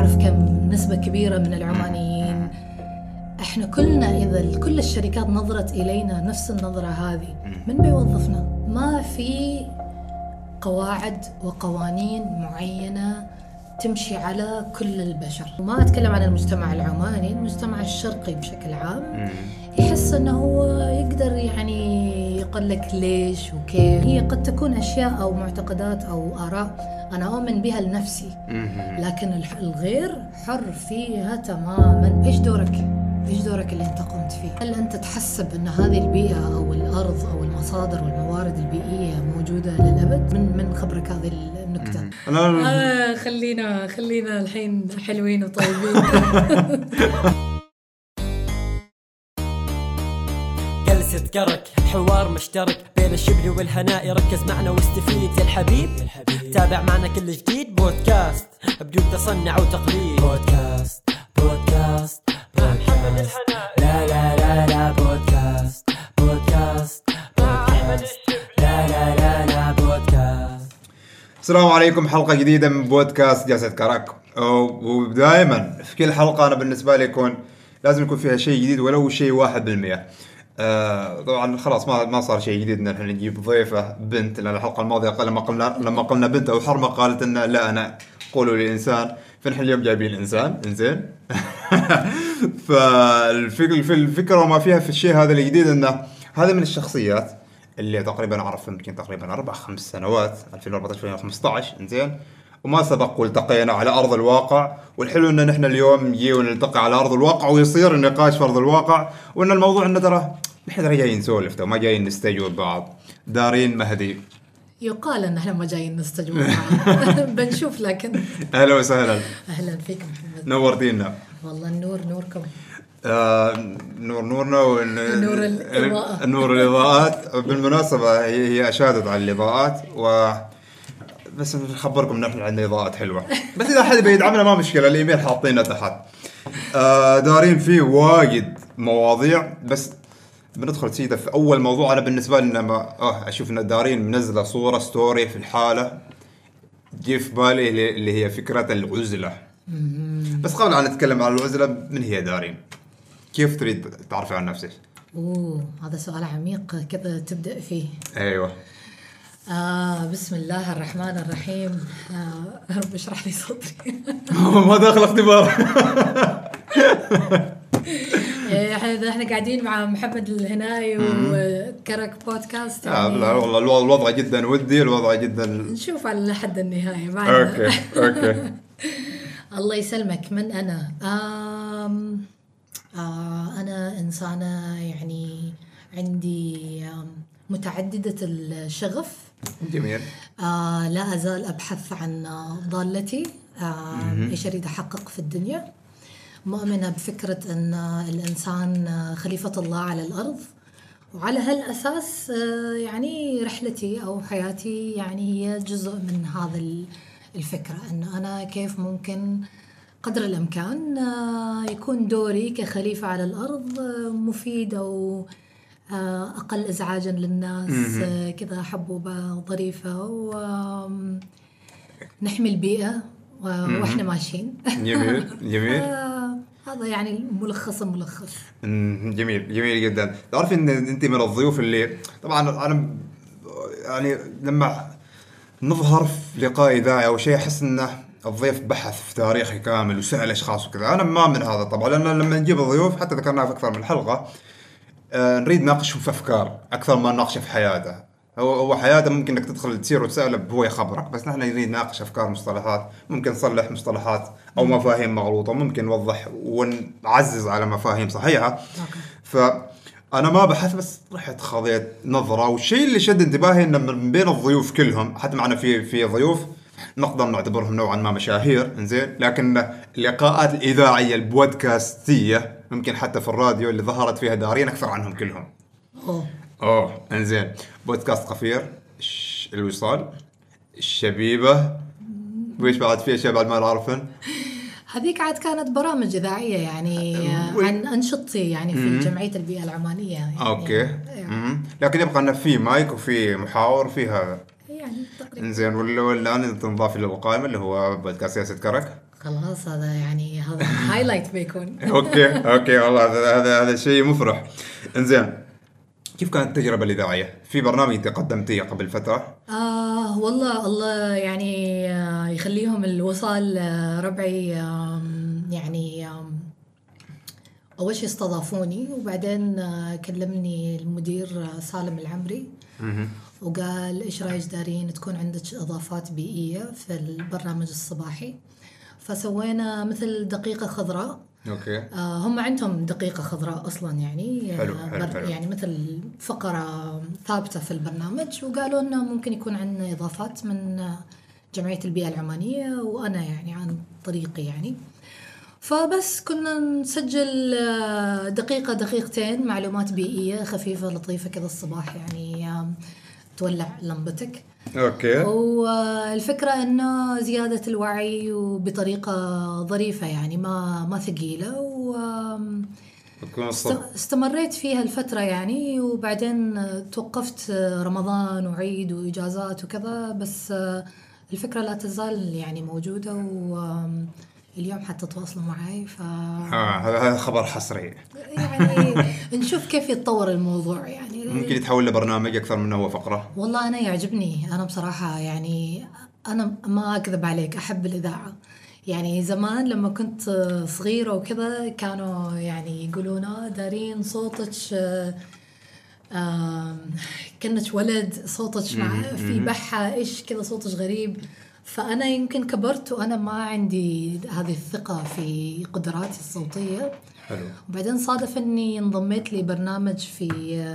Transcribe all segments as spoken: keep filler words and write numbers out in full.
أعرف كم نسبة كبيرة من العمانيين إحنا كلنا إذا كل الشركات نظرت إلينا نفس النظرة هذه من بيوظفنا؟ ما في قواعد وقوانين معينة تمشي على كل البشر. وما أتكلم عن المجتمع العماني، المجتمع الشرقي بشكل عام يحس أنه هو يقدر يعني يقول لك ليش وكيف. هي قد تكون أشياء أو معتقدات أو آراء أنا أؤمن بها لنفسي، لكن الغير حر فيها تماما. إيش دورك؟ إيش دورك اللي أنت قمت فيه؟ هل أنت تحسب أن هذه البيئة أو الأرض أو المصادر والموارد البيئية موجودة للأبد؟ من من خبرك هذه النكتة؟ آه خلينا خلينا الحين حلوين وطيبين. جلسة كرك، حوار مشترك بين الشبل والهناء، ركز معنا واستفيد يا الحبيب. تابع معنا كل جديد، بودكاست بدون تصنع وتقليد. بودكاست بودكاست بودكاست لا لا لا لا بودكاست بودكاست بودكاست لا لا لا لا بودكاست. السلام عليكم، حلقة جديدة من بودكاست جلسة كرك. ودائما في كل حلقة أنا بالنسبة لي يكون لازم يكون فيها شيء جديد ولو شيء واحد بالمئة. آه طبعا خلاص ما ما صار شيء جديد ان احنا نجيب ضيفة بنت، لأن الحلقة الماضية لما قلنا لما قلنا بنت أو حرمة قالت إن لا أنا قولوا لي إنسان، فنحن اليوم جايبين إنسان إنزين. فالفكرة الفكرة وما فيها في الشيء هذا الجديد إنه هذا من الشخصيات اللي تقريبا أعرف يمكن تقريبا أربع خمس سنوات ألفين وأربعة عشر ألفين وخمسة عشر إنزين، وما سبق والتقينا على أرض الواقع. والحلو إن نحن اليوم نجي ونلتقي على أرض الواقع ويصير النقاش في أرض الواقع، وإن الموضوع إنه ترى نحن جايين نسولف وما جايين نستجوب بعض. دارين مهدي، يقال ان احنا ما جايين نستجوب بعض. بنشوف. لكن اهلا وسهلا. اهلا فيك محمد، نورتينا والله. النور نوركم. آه نور نورنا ون... نور الإضاءة. نور الإضاءات. بالمناسبة هي هي أشادت على الإضاءات، و بس نخبركم إن إحنا عندنا إضاءات حلوة، بس إذا حد بيدعمنا ما مشكلة، الإيميل حاطينه تحت. آه دارين فيه واجد مواضيع، بس بندخل سيدة في أول موضوع. أنا بالنسبة لي لما آه أشوف إن دارين منزلة صورة ستوري في الحالة جي في بالي اللي هي فكرة العزلة. بس قبل أن نتكلم عن العزلة، من هي دارين؟ كيف تريد تعرفي عن نفسك؟ أوه هذا سؤال عميق كذا تبدأ فيه. أيوة. آه بسم الله الرحمن الرحيم. آه رب اشرح لي صدري. ما داخل اختبار. احنا احنا قاعدين مع محمد الهناي وكرك بودكاست يعني. آه لا والله الوضع جدا ودي، الوضع جدا نشوف على حد النهاية معنا. اوكي اوكي. الله يسلمك. من انا؟ آم آه انا انسانة يعني عندي متعددة الشغف. جميل. آه لا ازال ابحث عن ضالتي، آه ايش اريد احقق في الدنيا. مؤمنة بفكرة أن الإنسان خليفة الله على الأرض، وعلى هالأساس يعني رحلتي أو حياتي يعني هي جزء من هذا الفكرة، أن أنا كيف ممكن قدر الإمكان يكون دوري كخليفة على الأرض مفيد أو أقل إزعاجا للناس، كذا حبوبة ظريفة، ونحمي البيئة وإحنا ماشيين. جميل جميل. هذا يعني ملخص ملخص. جميل جميل جدا. تعرفي ان انت من الضيوف اللي طبعا انا يعني لما نظهر في لقاء اذاعي او شيء احس انه الضيف بحث في تاريخي كامل وسأل اشخاص وكذا. انا ما من هذا طبعا، لان لما نجيب الضيوف حتى ذكرناها في اكثر من حلقه آه نريد نناقشه في افكار اكثر ما نناقشه في حياته. هو هو حياته ممكن انك تدخل تصير وتسأله هو يخبرك، بس نحن نريد نناقش افكار مصطلحات، ممكن نصلح مصطلحات او مفاهيم مغلوطه، ممكن نوضح ونعزز على مفاهيم صحيحه. فانا ما بحث، بس رحت خذيت نظره. والشيء اللي شد انتباهي ان من بين الضيوف كلهم، حتى معنا في في ضيوف نقدر نعتبرهم نوعا ما مشاهير انزين، لكن اللقاءات الاذاعيه البودكاستيه ممكن حتى في الراديو اللي ظهرت فيها دارين اكثر عنهم كلهم. اوه اوه انزين. بودكاست قفير، الوصال، الشبيبة، ويش بعد في اشياء بعد ما نعرفن. هذيك عاد كانت برامج إذاعية يعني عن أنشطتي يعني في جمعية البيئة العمانية يعني. اوكي يعني. لكن يبقى أن في مايك وفي محاور في هذا يعني يعني تقريبا. إنزين والآن تنضاف إلى القائمة اللي هو بودكاست سياسة كرك. خلاص هذا يعني هذا هايلايت بيكون. أوكي أوكي والله هذا هذا هذا شيء مفرح. إنزين كيف كانت التجربة الإذاعية؟ في برنامج تقدمتيه قبل فترة؟ آه والله الله يعني آه يخليهم الوصال آه ربعي آه يعني آه أول شيء استضافوني وبعدين آه كلمني المدير آه سالم العمري وقال إيش رأيك دارين تكون عندك إضافات بيئية في البرنامج الصباحي. فسوينا مثل دقيقة خضراء. أوكي. آه هم عندهم دقيقة خضراء أصلاً يعني حلو حلو حلو. يعني مثل فقرة ثابتة في البرنامج وقالوا إنه ممكن يكون عندنا إضافات من جمعية البيئة العمانية وأنا يعني عن طريقي يعني. فبس كنا نسجل دقيقة دقيقتين معلومات بيئية خفيفة لطيفة كذا الصباح يعني تولع لمبتك. أوكي. والفكرة إنه زيادة الوعي وبطريقة ظريفة يعني ما ما ثقيلة و استمريت فيها الفترة يعني وبعدين توقفت رمضان وعيد وإجازات وكذا بس الفكرة لا تزال يعني موجودة واليوم حتى تواصلوا معي ف هذا هذا خبر حصري يعني نشوف كيف يتطور الموضوع يعني ممكن يتحول لبرنامج أكثر منه هو فقرة. والله أنا يعجبني أنا بصراحة يعني أنا ما أكذب عليك أحب الإذاعة يعني زمان لما كنت صغيرة وكذا كانوا يعني يقولون دارين صوتك كأنك ولد صوتك مع في بحة إيش كذا صوتك غريب. فأنا يمكن كبرت وأنا ما عندي هذه الثقة في قدراتي الصوتية. حلو. وبعدين صادف أني انضميت لبرنامج في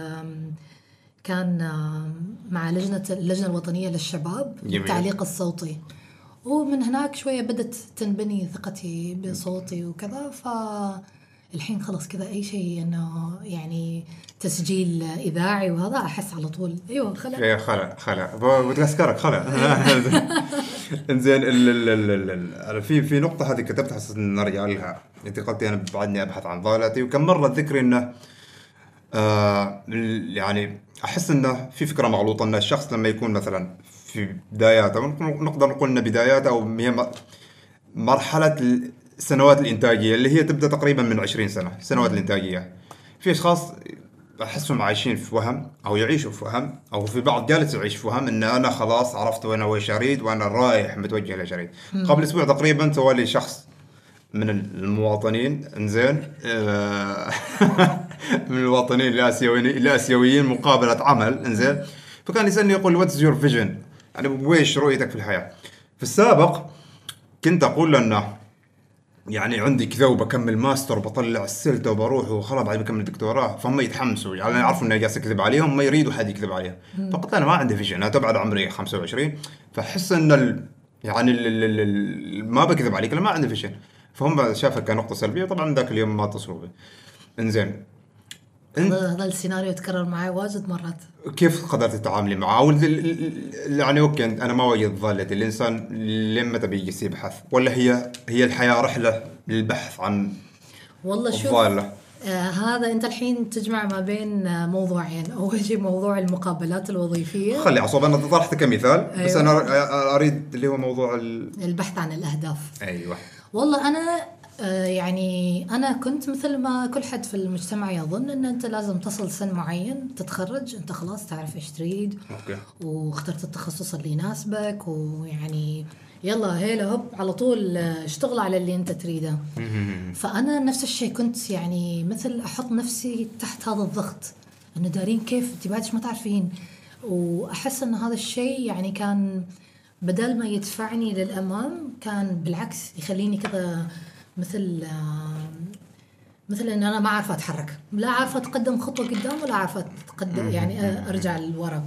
كان مع لجنة اللجنة الوطنية للشباب التعليق الصوتي ومن هناك شوية بدت تنبني ثقتي بصوتي وكذا. فالحين خلص كذا أي شيء إنه يعني تسجيل إذاعي وهذا أحس على طول أيوة خلع إيه خلع خلع بتذكرك خلع. إنزين ال ال ال في في نقطة هذه كتبت حسيت إن نرجع لها. أنت قلت أنا بعدني أبحث عن ضالتي وكم مرة ذكري إنه آه يعني أحس إنه في فكرة مغلوطة إن الشخص لما يكون مثلا في بداياته نقدر نقول إن بداياته أو هي مرحلة السنوات الإنتاجية اللي هي تبدأ تقريبا من عشرين سنة سنوات الإنتاجية. في أشخاص أحسهم عايشين في وهم أو يعيشوا في وهم أو في بعض جالس يعيش في وهم إن أنا خلاص عرفت وين وين أريد وأنا رايح متوجه لشريد. قبل أسبوع تقريبا سوالي شخص من المواطنين إنزين من المواطنين الآسيويين الآسيويين مقابلة عمل إنزين فكان يسألني يقول what's your vision يعني ويش رؤيتك في الحياة. في السابق كنت أقول لأنه يعني عندي كذا وبكمل ماستر وبطلع السلطة وبروح وخلاص بعد بكمل دكتوراه فهم يتحمسوا يعني يعرفوا إني جالس أكذب عليهم ما يريدوا حد يكذب عليهم. فقلت أنا ما عندي فيجن أنا تبعد عمري خمسة وعشرين فحس إن ال يعني ال ال ال ما بكذب عليك أنا ما عندي فيجن. فهم شافها كنقطة سلبية طبعا ذاك اليوم ما اتصلوا بي. إنزين هذا السيناريو تكرر معي واجد مرات. كيف قدرت تتعاملي معه؟ يعني أوكي أنا ما وجد ضالتي الإنسان لما تبي يبحث ولا هي هي الحياة رحلة للبحث عن والله شوف آه هذا أنت الحين تجمع ما بين آه موضوعين. أول شيء موضوع المقابلات الوظيفية خلي عصوب أنا طرحت كمثال أيوة. بس أنا أريد اللي هو موضوع البحث عن الأهداف. أيوة والله أنا آه يعني أنا كنت مثل ما كل حد في المجتمع يظن أن أنت لازم تصل سن معين تتخرج أنت خلاص تعرف إيش تريد أوكي. واخترت التخصص اللي يناسبك ويعني يلا هيلا هوب على طول اشتغل على اللي أنت تريده. فأنا نفس الشيء كنت يعني مثل أحط نفسي تحت هذا الضغط أنه دارين كيف أنت بعدش ما تعرفين وأحس أن هذا الشيء يعني كان بدل ما يدفعني للأمام كان بالعكس يخليني كذا مثل مثل ان انا ما عارفه اتحرك لا عارفه اتقدم خطوه قدام ولا عارفه اتقدم يعني ارجع لورا.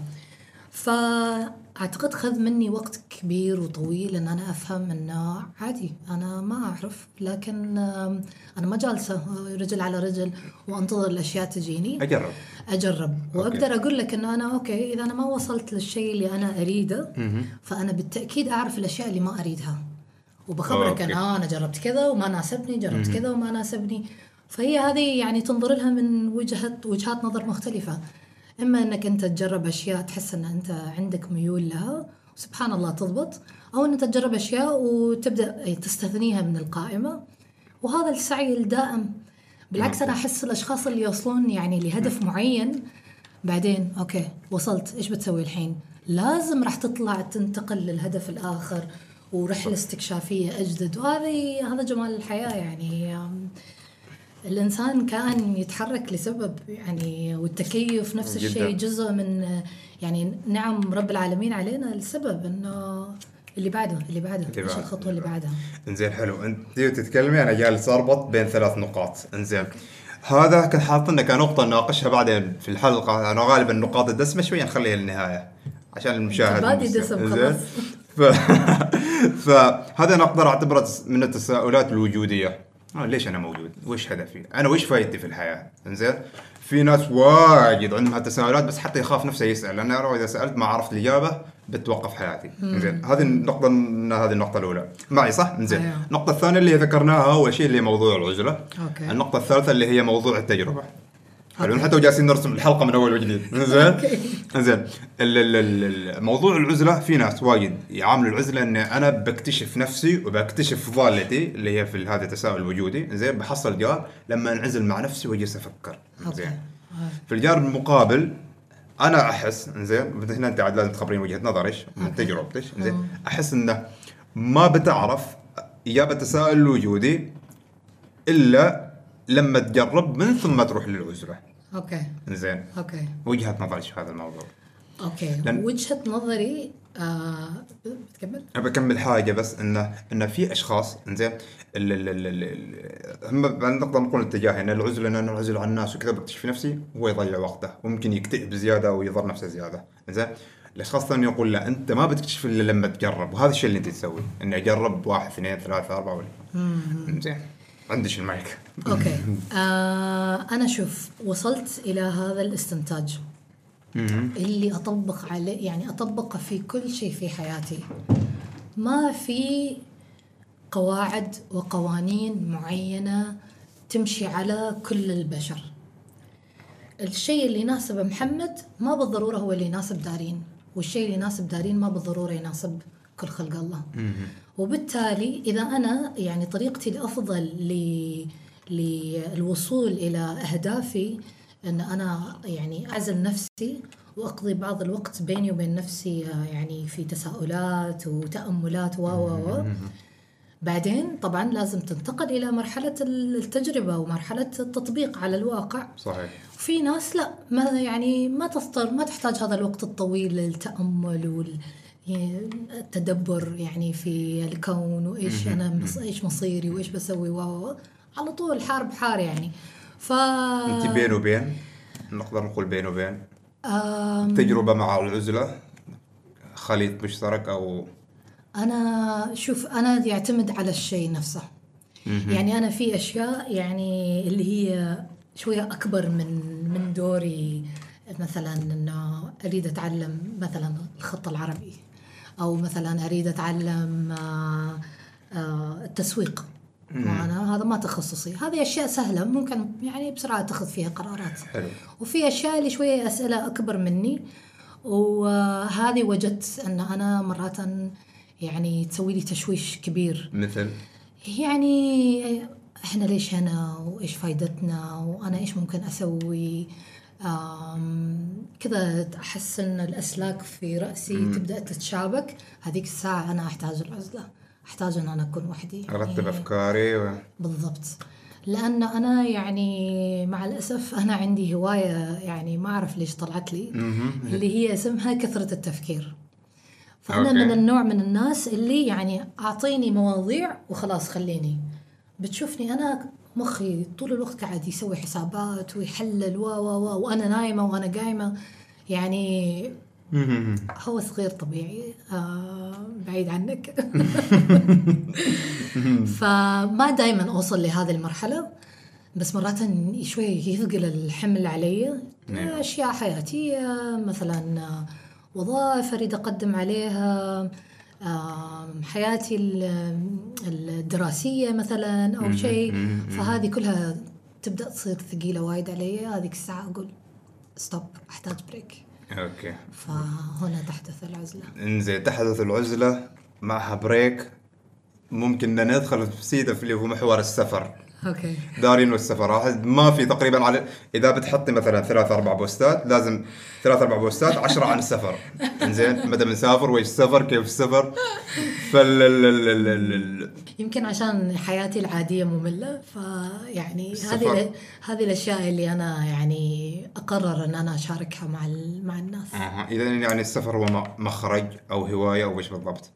فاعتقد خذ مني وقت كبير وطويل ان انا افهم انه عادي انا ما اعرف لكن انا ما جالسه رجل على رجل وانتظر الاشياء تجيني اجرب اجرب واقدر اقول لك انه انا اوكي اذا انا ما وصلت للشيء اللي انا اريده فانا بالتاكيد اعرف الاشياء اللي ما اريدها وبخبرك أن آه أنا جربت كذا وما ناسبني جربت م-م. كذا وما ناسبني. فهي هذه يعني تنظر لها من وجهة وجهات نظر مختلفة. إما أنك أنت تجرب أشياء تحس أن أنت عندك ميول لها سبحان الله تضبط، أو أن تجرب أشياء وتبدأ تستثنيها من القائمة، وهذا السعي الدائم. بالعكس أنا أحس الأشخاص اللي يوصلون يعني لهدف معين بعدين أوكي وصلت، إيش بتسوي الحين؟ لازم راح تطلع تنتقل للهدف الآخر ورحلة استكشافية أجدد. وهذه هذا جمال الحياة يعني. الإنسان كان يتحرك لسبب يعني، والتكيف نفس الشيء جزء من يعني نعم رب العالمين علينا لسبب إنه اللي بعده اللي بعده إيش الخطوة اللي بعدها. إنزين حلو، أنت تتكلمي أنا جالس أربط بين ثلاث نقاط. إنزين هذا كان حاطنا كنقطة نناقشها بعدين في الحلقة. أنا غالبا النقاط الدسمة شوية نخليها للنهاية عشان المشاهد. بادي دسم خلاص. ف... فهذا أنا أقدر أعتبره من التساؤلات الوجودية. آه ليش أنا موجود؟ وإيش هدفي؟ أنا وإيش فايدتي في الحياة؟ إنزين في ناس واجد عندهم هالتساؤلات بس حتى يخاف نفسه يسأل، لأن أنا إذا سألت ما عرفت الإجابة بتوقف حياتي. إنزين هذه النقطة من هذه النقطة الأولى معي صح؟ إنزين أيوه. النقطة الثانية اللي ذكرناها أول شيء اللي هي موضوع العزلة. أوكي. النقطة الثالثة اللي هي موضوع التجربة. حلو حتى جالسين نرسم الحلقة من أول وجديد. إنزين إنزين الموضوع العزلة في ناس واجد يعاملوا العزلة إن أنا بكتشف نفسي وبكتشف ضالتي اللي هي في هذا التساؤل الوجودي. إنزين بحصل جار لما أنعزل مع نفسي وأجلس أفكر. إنزين في الجار المقابل أنا أحس إنزين هنا أنت عاد لازم تخبرين وجهة نظرك من تجربتك. إنزين أحس إنه ما بتعرف إجابة التساؤل الوجودي إلا لما تجرب من ثم تروح للعزلة. أوكي. إنزين. أوكي. وجهة نظرك في هذا الموضوع. أوكي. لأن... وجهة نظري آه... بتكمل؟ أنا بكمل حاجة بس إنه إنه في أشخاص إنزين ال ال ال ال هم نقدر نقول اتجاه إن العزلة إن أنا أعزل عن الناس وكذا بكتشف نفسي وهو يضيع وقته وممكن يكتئب زيادة ويضر نفسه زيادة. إنزين الأشخاص الثانيين يقول لا أنت ما بتكتشف إلا لما تجرب، وهذا الشيء اللي أنت تسوي إني أجرب واحد اثنين ثلاثة أربعة ولا. إنزين عندش المايك. أوكي. آه أنا شوف وصلت إلى هذا الاستنتاج اللي أطبق عليه يعني أطبقه في كل شيء في حياتي. ما في قواعد وقوانين معينة تمشي على كل البشر. الشيء اللي يناسب محمد ما بالضرورة هو اللي يناسب دارين، والشيء اللي يناسب دارين ما بالضرورة يناسب كل خلق الله. وبالتالي إذا أنا يعني طريقتي الأفضل للوصول إلى أهدافي أن أنا يعني أعزل نفسي وأقضي بعض الوقت بيني وبين نفسي يعني في تساؤلات وتأملات و و بعدين طبعا لازم تنتقل إلى مرحلة التجربة ومرحلة التطبيق على الواقع. صحيح. في ناس لا ما يعني ما تضطر ما تحتاج هذا الوقت الطويل للتأمل وال التدبر يعني في الكون وإيش أنا مص... إيش مصيري وإيش بسوي و على طول حار بحار يعني. ف أنت بين وبين نقدر نقول بين وبين أم... تجربة مع العزلة خليط مشترك أو أنا شوف أنا يعتمد على الشيء نفسه. يعني أنا في أشياء يعني اللي هي شوية أكبر من من دوري، مثلا إنه أريد أتعلم مثلا الخط العربي أو مثلا أريد أتعلم التسويق، وأنا هذا ما تخصصي. هذه أشياء سهلة ممكن يعني بسرعة تأخذ فيها قرارات. حلو. وفي أشياء اللي شوية أسئلة أكبر مني، وهذه وجدت أن أنا مرات يعني تسوي لي تشويش كبير. مثل يعني إحنا ليش هنا وإيش فايدتنا وأنا إيش ممكن أسوي كذا. أحس أن الأسلاك في رأسي مم. تبدأ تتشابك. هذيك الساعة أنا أحتاج العزلة، أحتاج أن أنا أكون وحدي يعني أرتب أفكاري و... بالضبط. لأن أنا يعني مع الأسف أنا عندي هواية يعني ما أعرف ليش طلعت لي مم. اللي هي اسمها كثرة التفكير. فأنا أوكي. من النوع من الناس اللي يعني أعطيني مواضيع وخلاص خليني. بتشوفني أنا مخي طول الوقت قاعد يسوي حسابات ويحلل و و و وأنا نايمة وأنا قايمة يعني هوس غير طبيعي آه بعيد عنك. فما دايما أوصل لهذه المرحلة، بس مرات شوي يثقل الحمل علي. أشياء حياتية مثلا وظائف أريد أقدم عليها، حياتي الدراسية مثلا أو شيء، فهذه كلها تبدأ تصير ثقيلة وايد علي. هذيك الساعة أقول ستوب، أحتاج بريك. اوكي. فهنا تحدث العزلة. انزين تحدث العزلة معها بريك، ممكن ندخل في سيدة في اللي هو محور السفر. اوكي. دارين والسفر واحد ما في تقريبا على اذا بتحطي مثلا ثلاث اربع بوستات لازم ثلاث اربع بوستات عشرة عن السفر. انزين متى بنسافر، ويش السفر، كيف السفر. فال يمكن عشان حياتي العادية مملة، فيعني السفر. هذه هذه الاشياء اللي انا يعني اقرر ان انا اشاركها مع ال- مع الناس. اها اذا يعني السفر هو م- مخرج او هوايه او ايش بالضبط؟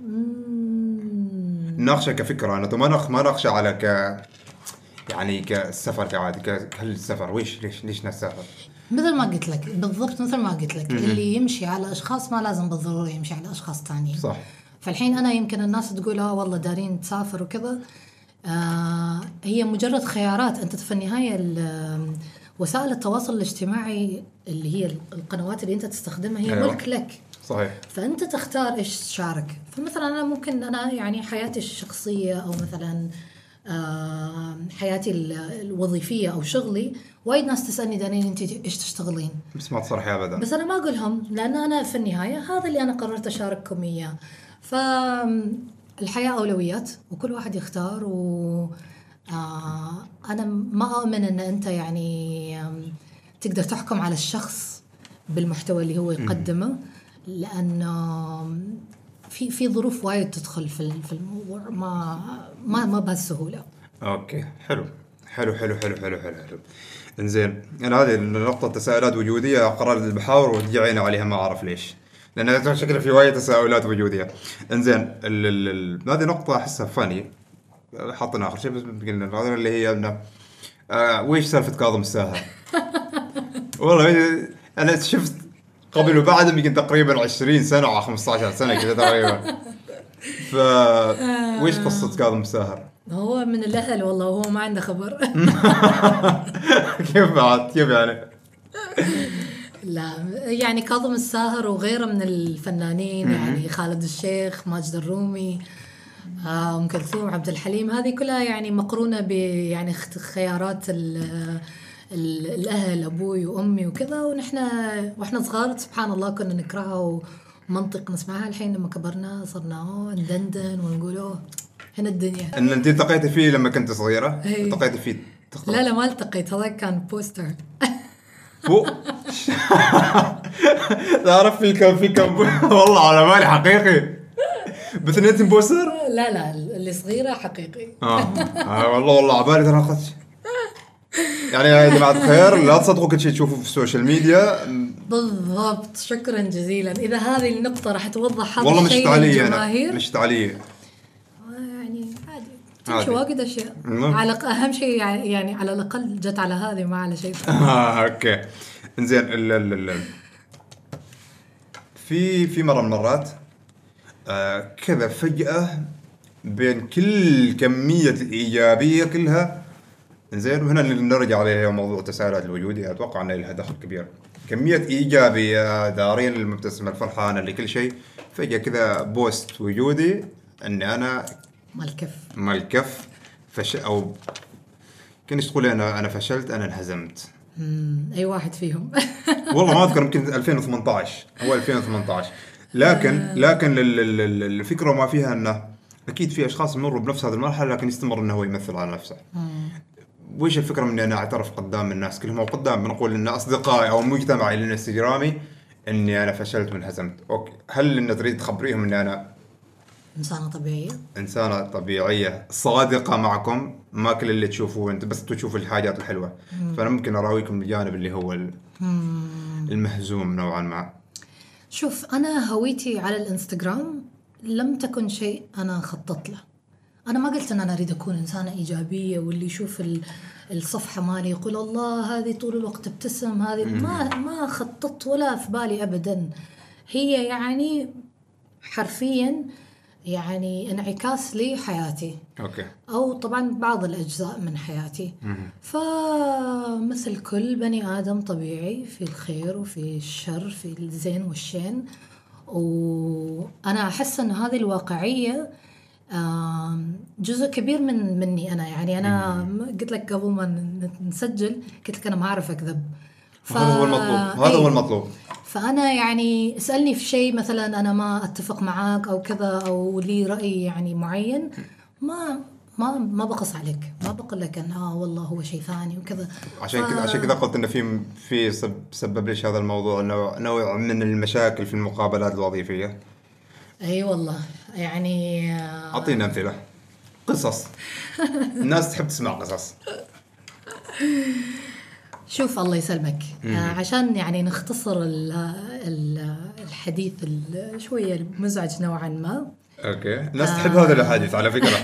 مم. ناقشه كفكره، انا ما ناقش ما ناقشه على ك يعني كالسفر كعادي، ك هل السفر ويش ليش ليش نسافر؟ مثل ما قلت لك بالضبط، مثل ما قلت لك اللي يمشي على اشخاص ما لازم بالضروره يمشي على اشخاص ثانيين. صح. فالحين انا يمكن الناس تقول اه والله دارين تسافر وكذا، آه هي مجرد خيارات. انت في النهايه ال- وسائل التواصل الاجتماعي اللي هي القنوات اللي انت تستخدمها هي أيوة. ملك لك، صحيح. فانت تختار ايش تشارك. فمثلا انا ممكن انا يعني حياتي الشخصيه او مثلا آه حياتي ال- الوظيفيه او شغلي، وايد ناس تسالني دانين انت ايش تشتغلين، بس ما تصرحي ابدا. بس انا ما اقولهم لان انا في النهايه هذا اللي انا قررت اشارككم اياه. فالحياه اولويات وكل واحد يختار، و آه انا ما اؤمن ان انت يعني آم، تقدر تحكم على الشخص بالمحتوى اللي هو يقدمه، لان آم، في في ظروف وايد تدخل في ال- في الموضوع، ما ما ما بهالسهوله. اوكي حلو حلو حلو حلو حلو حلو حلو. انزين انا هذه النقطه تساؤلات وجوديه قررت البحاور وتجينا عليها ما اعرف ليش، لان شكلها في وايد تساؤلات وجوديه. انزين ال- ال- ال- هذه نقطه احسها فاني حطنا اخر شيء، بس قلنا هذا اللي هي انه آه ويش سالفه كاظم الساهر. والله انا شفت قبل وبعد يمكن تقريبا عشرين سنه او خمسة عشر سنه كذا تقريبا. ف ويش قصه كاظم الساهر؟ هو من الاهل والله وهو ما عنده خبر. كيف بعد كيف يعني؟ لا يعني كاظم الساهر وغيره من الفنانين، يعني خالد الشيخ، ماجد الرومي، آه، ام كلثوم، عبد الحليم، هذه كلها يعني مقرونه ب يعني اخت- خيارات ال ال الاهل، ابوي وامي وكذا. ونحن واحنا صغار سبحان الله كنا نكرهها ومنطق نسمعها. الحين لما كبرنا صرنا أوه ندندن ونقول اوه هنا الدنيا. ان انت التقيتي فيه لما كنت صغيره؟ إيه. التقيتي فيه تخطر. لا لا ما التقيت، هذا كان بوستر. فوق. تعرف في كم في كم والله على بالي حقيقي بثنين بوستر. لا لا اللي صغيره حقيقي. اه, آه والله والله على بالي ترى خدش. يعني يا جماعه الخير لا تصدقوا كل شيء تشوفوه في السوشيال ميديا. بالضبط، شكرا جزيلا. اذا هذه النقطه راح توضح هذا والله مش الشيء تعليق انا للجماهير مش تعليق. يعني عادي عادي. تمشي واجد اشياء. مم. على الأق- اهم شيء يعني على الاقل جت على هذه ما على شيء ثاني. آه اوكي. انزين ال ال ال في في مره من المرات آه كذا فجاه بين كل كميه الايجابيه كلها. انزين وهنا اللي نرجع عليه موضوع التساؤلات الوجوديه، اتوقع انه لها دخل كبير. كميه ايجابيه دارين المبتسمه الفرحانه اللي كل شيء، فجاه كذا بوست وجودي اني انا ما الكف. ما الكف فش او كنت تقول انا انا فشلت انا انهزمت. مم، اي واحد فيهم. والله ما اذكر يمكن ألفين وثمانية عشر هو ألفين وثمانية عشر. لكن لكن ال- ال- ال- الفكره ما فيها انه اكيد في اشخاص يمروا بنفس هذه المرحله لكن يستمر انه هو يمثل على نفسه. وش الفكره من اني انا اعترف قدام الناس كلهم او قدام بنقول ان اصدقائي او مجتمعي الانستغرامي اني انا فشلت وانهزمت؟ اوكي هل ان تريد تخبريهم اني انا انسانه طبيعيه، انسانه طبيعيه صادقه معكم، ما كل اللي تشوفوه انت بس تشوفوا الحاجات الحلوه؟ فانا ممكن اراويكم الجانب اللي هو ال- المهزوم نوعا ما. شوف انا هويتي على الانستغرام لم تكن شيء انا خططت له. انا ما قلت ان انا اريد اكون انسانه ايجابيه واللي يشوف ال- الصفحه مالي يقول الله هذه طول الوقت تبتسم، هذه ما ما خططت ولا في بالي ابدا. هي يعني حرفيا يعني انعكاس لحياتي، اوكي. أو طبعا بعض الأجزاء من حياتي. فمثل كل بني آدم طبيعي في الخير وفي الشر، في الزين والشين. وأنا أحس أن هذه الواقعية آم، جزء كبير من مني أنا. يعني أنا قلت لك قبل ما ن- نسجل قلت لك أنا ما أعرف أكذب. ف... هذا هو المطلوب هذا إيه. هو المطلوب فأنا يعني اسألني في شيء مثلا أنا ما أتفق معاك أو كذا أو لي رأي يعني معين، ما ما ما بقص عليك، ما بقول لك أن آه والله هو شيء ثاني وكذا. عشان ف... كذا عشان كذا قلت إنه في في سب سبب ليش هذا الموضوع إنه نوع من المشاكل في المقابلات الوظيفية. أي والله يعني أعطينا أمثلة، قصص الناس تحب تسمع قصص. شوف الله يسلمك، آه عشان يعني نختصر ال ال الحديث شوية المزعج نوعا ما. أوكي، الناس آه تحب هذا الحديث على فكرة.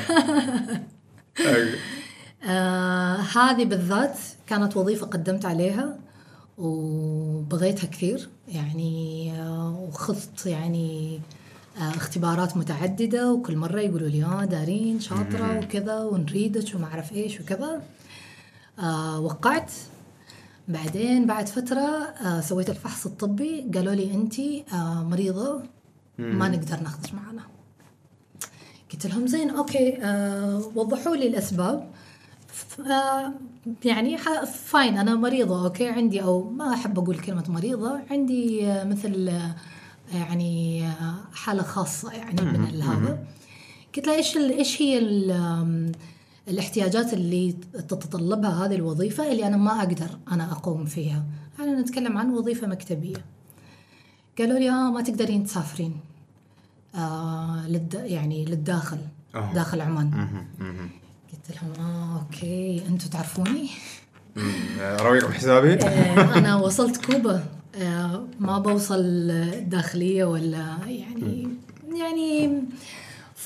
آه هذه بالذات كانت وظيفة قدمت عليها وبغيتها كثير يعني، آه وخذت يعني آه اختبارات متعددة، وكل مرة يقولوا لي آه دارين شاطرة وكذا ونريدك وما أعرف إيش وكذا. آه وقعت. بعدين بعد فترة آه سويت الفحص الطبي، قالوا لي أنتي آه مريضة ما نقدر ناخذك معنا. قلت لهم زين أوكي، آه وضحوا لي الأسباب. آه يعني فاين أنا مريضة أوكي عندي، أو ما أحب أقول كلمة مريضة، عندي آه مثل آه يعني آه حالة خاصة يعني من هذا. قلت له إيش إيش هي الاحتياجات اللي تتطلبها هذه الوظيفة اللي أنا ما أقدر أنا أقوم فيها. أنا نتكلم عن وظيفة مكتبية. قالوا لي آه ما تقدرين تسافرين آه للد يعني للداخل أوه. داخل عمان. قلت لهم آه أوكي أنتوا تعرفوني رويكم حسابي. آه أنا وصلت كوبا، آه ما بوصل داخلية ولا يعني يعني ف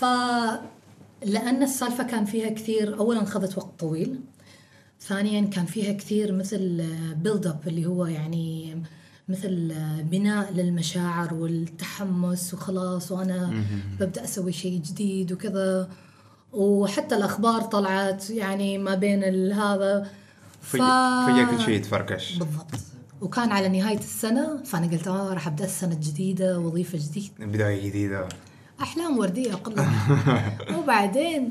لأن السالفة كان فيها كثير، أولاً خذت وقت طويل، ثانياً كان فيها كثير مثل build up اللي هو يعني مثل بناء للمشاعر والتحمس وخلاص وأنا ببدأ أسوي شيء جديد وكذا، وحتى الأخبار طلعت يعني ما بين هذا ف... فيا كل شيء يتفركش بالضبط. وكان على نهاية السنة، فأنا قلت آه راح أبدأ السنة الجديدة وظيفة جديدة، بداية جديدة، أحلام وردية أقول. وبعدين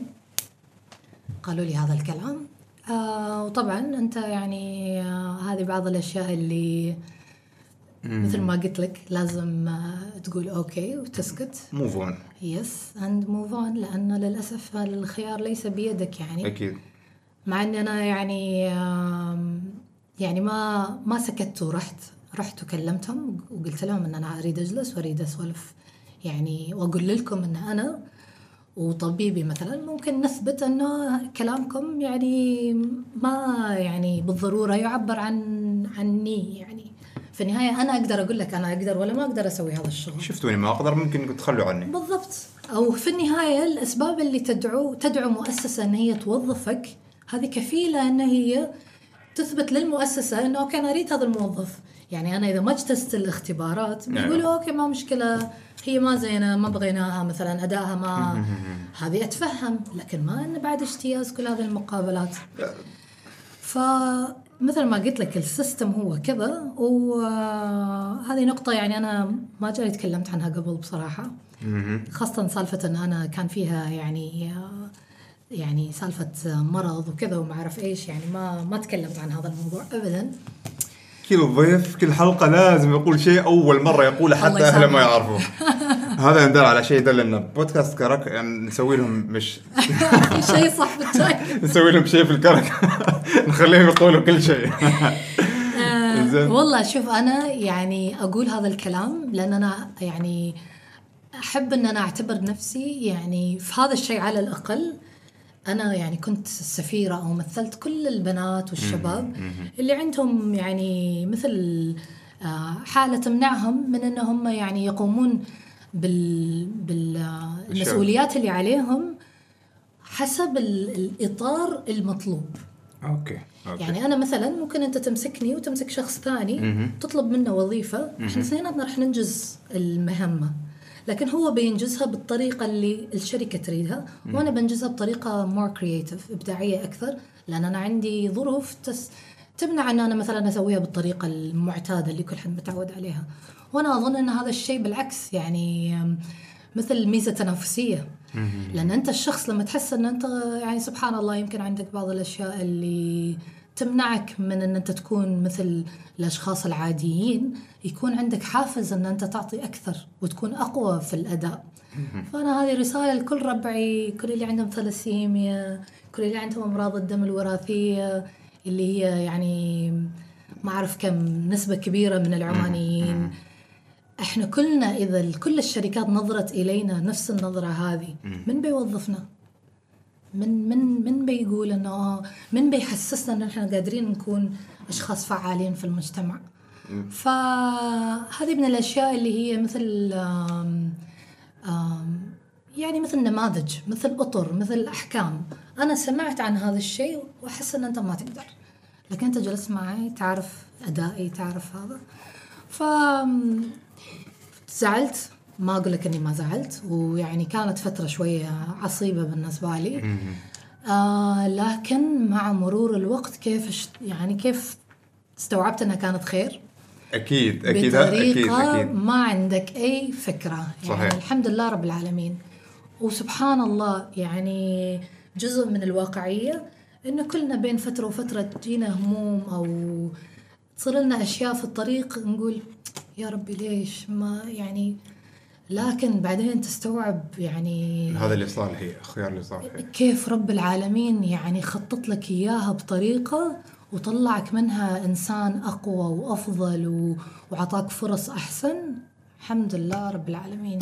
قالوا لي هذا الكلام. آه وطبعا أنت يعني آه هذه بعض الأشياء اللي مثل ما قلت لك لازم آه تقول أوكي وتسكت. move on. yes and move on، لأن للأسف الخيار ليس بيدك يعني. أكيد. مع أن أنا يعني آه يعني ما ما سكت ورحت رحت وكلمتهم وقلت لهم أن أنا أريد أجلس وأريد أسولف يعني، وأقول لكم أن أنا وطبيبي مثلا ممكن نثبت أنه كلامكم يعني ما يعني بالضرورة يعبر عن عني يعني. في النهاية أنا أقدر أقول لك أنا أقدر ولا ما أقدر أسوي هذا الشغل. شفتوني ما أقدر، ممكن تخلوا عني. بالضبط. أو في النهاية الأسباب اللي تدعو تدعو مؤسسة أن هي توظفك هذه كفيلة أن هي تثبت للمؤسسة أنه أوكي أنا أريد هذا الموظف. يعني أنا إذا ما اجتزت الاختبارات بيقولوا أوكي ما مشكلة، هي ما زينة ما بغيناها مثلا أداءها ما هذه أتفهم، لكن ما أن بعد اجتياز كل هذه المقابلات. فمثل ما قلت لك السيستم هو كذا، وهذه نقطة يعني أنا ما جاي تكلمت عنها قبل بصراحة، خاصة سالفة أن أنا كان فيها يعني يعني سالفة مرض وكذا وما أعرف إيش، يعني ما ما تكلمت عن هذا الموضوع أبدا. كل ضيف كل حلقة لازم يقول شيء أول مرة يقوله حتى أهله ما يعرفوا. هذا يندل على شيء دل إنه بودكاست كرك يعني نسوي لهم مش شيء صح بالشيء نسوي لهم شيء في الكرك نخليهم يقولوا كل شيء. آه والله شوف أنا يعني أقول هذا الكلام لأن أنا يعني أحب أن أنا أعتبر نفسي يعني في هذا الشيء على الأقل أنا يعني كنت سفيرة أو مثلت كل البنات والشباب اللي عندهم يعني مثل حالة تمنعهم من أنهم يعني يقومون بال بالمسؤوليات اللي عليهم حسب الإطار المطلوب. أوكي. أوكي. يعني أنا مثلا ممكن أنت تمسكني وتمسك شخص ثاني تطلب منه وظيفة، إحنا اثنيناتنا رح ننجز المهمة، لكن هو بينجزها بالطريقة اللي الشركة تريدها وأنا بنجزها بطريقة more creative إبداعية أكثر، لأن أنا عندي ظروف تس تمنع أن أنا مثلا أسويها بالطريقة المعتادة اللي كل حد متعود عليها. وأنا أظن أن هذا الشيء بالعكس يعني مثل ميزة تنافسية، لأن أنت الشخص لما تحس أن أنت يعني سبحان الله يمكن عندك بعض الأشياء اللي تمنعك من أن أنت تكون مثل الأشخاص العاديين، يكون عندك حافز أن أنت تعطي أكثر وتكون أقوى في الأداء. فأنا هذه رسالة لكل ربعي، كل اللي عندهم ثلاسيميا، كل اللي عندهم أمراض الدم الوراثية اللي هي يعني ما أعرف كم نسبة كبيرة من العمانيين. احنا كلنا إذا كل الشركات نظرت إلينا نفس النظرة هذه، من بيوظفنا؟ من من من بيقول إنه من بيحسسنا إن احنا قادرين نكون أشخاص فعالين في المجتمع؟ فهذه من الأشياء اللي هي مثل آم آم يعني مثل نماذج، مثل أطر، مثل أحكام. أنا سمعت عن هذا الشيء وأحس إن أنت ما تقدر، لكن أنت جلست معي، تعرف أدائي، تعرف هذا. ف زعلت، ما أقول لك إني ما زعلت، ويعني كانت فترة شوية عصيبة بالنسبة لي. آه لكن مع مرور الوقت كيف يعني كيف استوعبت أنها كانت خير. أكيد أكيد بطريقة أكيد أكيد. ما عندك أي فكرة. يعني صحيح. الحمد لله رب العالمين. وسبحان الله يعني جزء من الواقعية إنه كلنا بين فترة وفترة تجينا هموم أو تصير لنا أشياء في الطريق نقول يا ربي ليش ما يعني، لكن بعدين تستوعب يعني هذا اللي صار هي خيار اللي صار هي. كيف رب العالمين يعني خطط لك إياها بطريقة وطلعك منها إنسان أقوى وأفضل و... وعطاك فرص أحسن. الحمد لله رب العالمين.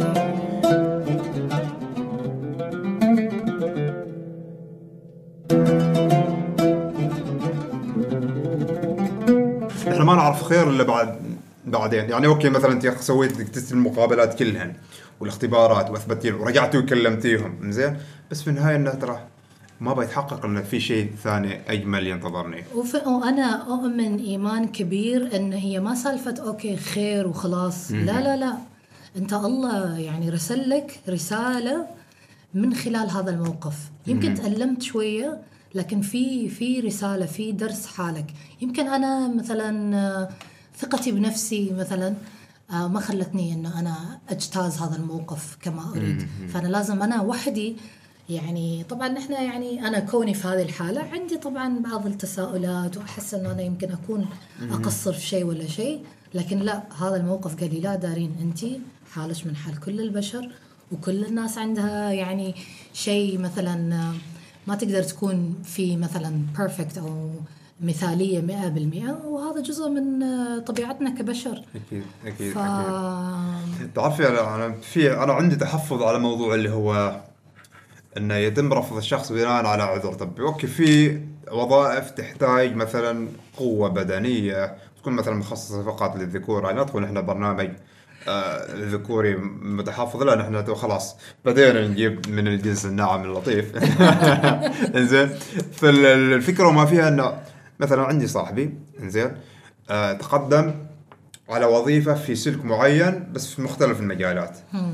إحنا ما نعرف خير إلا بعد بعدين. يعني أوكي مثلا أنت سويت تست المقابلات كلهن والاختبارات وأثبتين ورجعتوا وكلمتيهم زين، بس في النهاية إنه ترى ما بيتحقق إن في شيء ثاني أجمل ينتظرني. وف... وأنا أؤمن إيمان كبير إن هي ما سالفة أوكي خير وخلاص. لا لا لا، أنت الله يعني رسل لك رسالة من خلال هذا الموقف. يمكن تألمت شوية لكن في في رسالة، في درس حالك. يمكن أنا مثلا ثقتي بنفسي مثلا ما خلتني إنه أنا أجتاز هذا الموقف كما أريد، فأنا لازم أنا وحدي. يعني طبعا نحن يعني أنا كوني في هذه الحالة عندي طبعا بعض التساؤلات وأحس أنه أنا يمكن أكون أقصر في شيء ولا شيء، لكن لا، هذا الموقف قال لي لا دارين، أنتي حالش من حال كل البشر وكل الناس عندها يعني شيء مثلا ما تقدر تكون في مثلا perfect أو مثالية مئة بالمئة، وهذا جزء من طبيعتنا كبشر. أكيد أكيد ف... أكيد. تعرفي أنا في أنا عندي تحفظ على موضوع اللي هو إنه يتم رفض الشخص بناء على عذر طبي. أوكي في وظائف تحتاج مثلا قوة بدنية تكون مثلا مخصصة فقط للذكور، يعني ندخل إحنا برنامج آه ذكوري متحفظ، لا نحن خلاص بدينا نجيب من الجنس الناعم اللطيف. إنزين، فالفكرة وما فيها إنه مثلا عندي صاحبي إنزين آه تقدم على وظيفة في سلك معين بس في مختلف المجالات،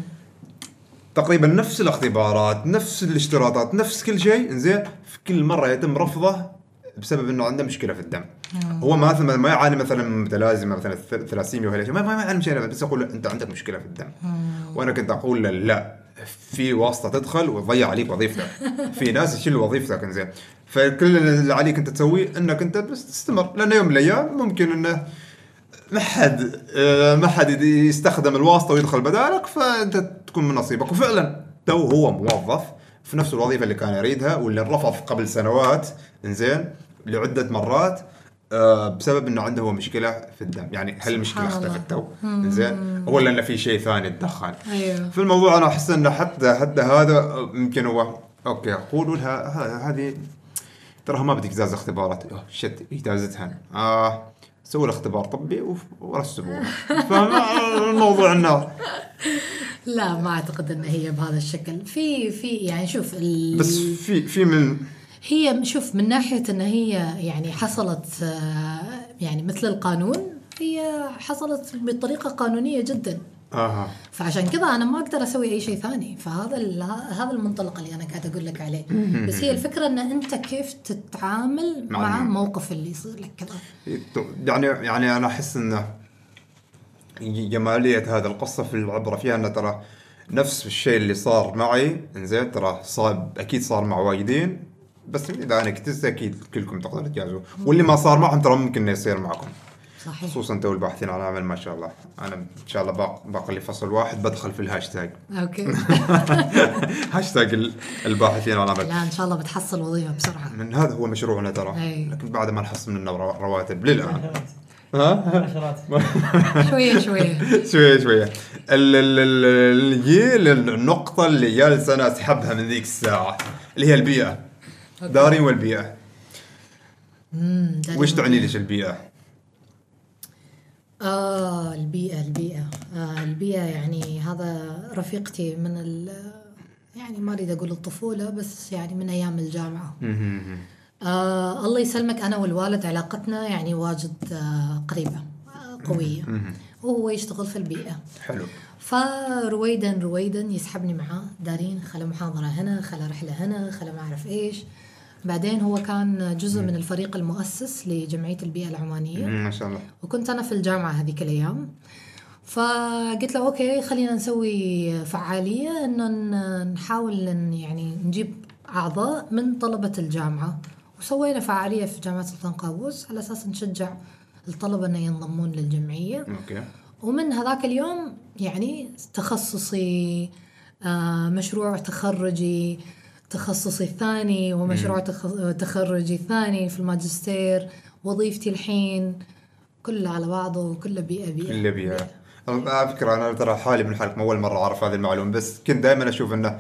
تقريبا نفس الاختبارات نفس الاشتراطات نفس كل شيء إنزين، في كل مرة يتم رفضه بسبب إنه عنده مشكلة في الدم. هو مثلا ما يعاني مثلا من متلازمة مثلا ثلاسيميا ولا شيء، ما ما يعاني شيء، بس يقول أنت عندك مشكلة في الدم. وأنا كنت أقول له لا، في واسطة تدخل وتضيع عليك وظيفتك، في ناس يشيل وظيفتك إنزين، فكل اللي عليك أنت تسويه إنك أنت بس تستمر، لأن يوم من الأيام ممكن إنه ما حد ما حد يستخدم الواسطة ويدخل بدالك، فأنت تكون من نصيبك. وفعلا تو هو موظف في نفس الوظيفة اللي كان يريدها واللي رفض قبل سنوات إنزين لعدة مرات بسبب إنه عنده هو مشكلة في الدم. يعني هل المشكلة اختفت تو إنزين ولا إنه في شيء ثاني تدخل؟ أيوه. في الموضوع أنا أحس إنه حتى حتى هذا يمكن هو أوكي أقول لها هذه تراها ما بدك إجازة اختبارات، شت إجازتها آه سووا الاختبار طبي ورسبوه. فالموضوع إنه لا ما أعتقد إن هي بهذا الشكل. في في يعني شوف ال... بس في في من هي شوف من ناحية إن هي يعني حصلت يعني مثل القانون، هي حصلت بطريقة قانونية جدا. آه. فعشان كذا أنا ما أقدر أسوي أي شيء ثاني. فهذا هذا المنطلق اللي أنا قاعد أقول لك عليه. بس هي الفكرة إن أنت كيف تتعامل مع, مع موقف اللي يصير لك كذا. يعني يعني أنا أحس إنه جمالية هذا القصة في العبرة فيها أن ترى نفس الشيء اللي صار معي إنزين ترى صار أكيد صار مع واجدين بس اذا انا كنت اكيد كلكم تقدروا تجازوا، واللي ما صار معهم ترى ممكن يصير معكم. صحيح. خصوصا تو الباحثين عن عمل ما شاء الله. انا ان شاء الله باق باقي لي فصل واحد بدخل في الهاشتاج. اوكي. هاشتاج الباحثين عن عمل. لا ان شاء الله بتحصل وظيفه بسرعه. من هذا هو مشروعنا ترى. أي. لكن بعد ما نحصل منه رواتب للان. ها شويه شويه شويه شويه الجيل النقطه اللي جالس انا اسحبها من ذيك الساعه اللي هي البيئه. دارين والبيئه. امم وش تعني ليش البيئه؟ آه البيئة البيئة آه البيئة يعني هذا رفيقتي من ال يعني ما أريد أقول الطفولة بس يعني من أيام الجامعة. آه الله يسلمك، أنا والوالد علاقتنا يعني واجد آه قريبة آه قوية، وهو يشتغل في البيئة. حلو. فرويدا رويدا يسحبني معاه، دارين خلا محاضرة هنا، خلا رحلة هنا، خلا ما أعرف إيش. بعدين هو كان جزء من الفريق المؤسس لجمعية البيئة العمانية. ما شاء الله. وكنت أنا في الجامعة هذيك الأيام، فقلت له أوكي خلينا نسوي فعالية إنه نحاول إن يعني نجيب أعضاء من طلبة الجامعة، وسوينا فعالية في جامعة سلطان قابوس على أساس نشجع الطلبة إنه ينضمون للجمعية. أوكي. ومن هذاك اليوم يعني تخصصي آه مشروع تخرجي تخصصي الثاني، ومشروع تخرجي الثاني في الماجستير، وظيفتي الحين كله على بعضه وكله بيئة بيئة كله بيئة. على فكرة أنا ترى حالي من حالكم أول مرة أعرف هذه المعلومة، بس كنت دائما أشوف إنه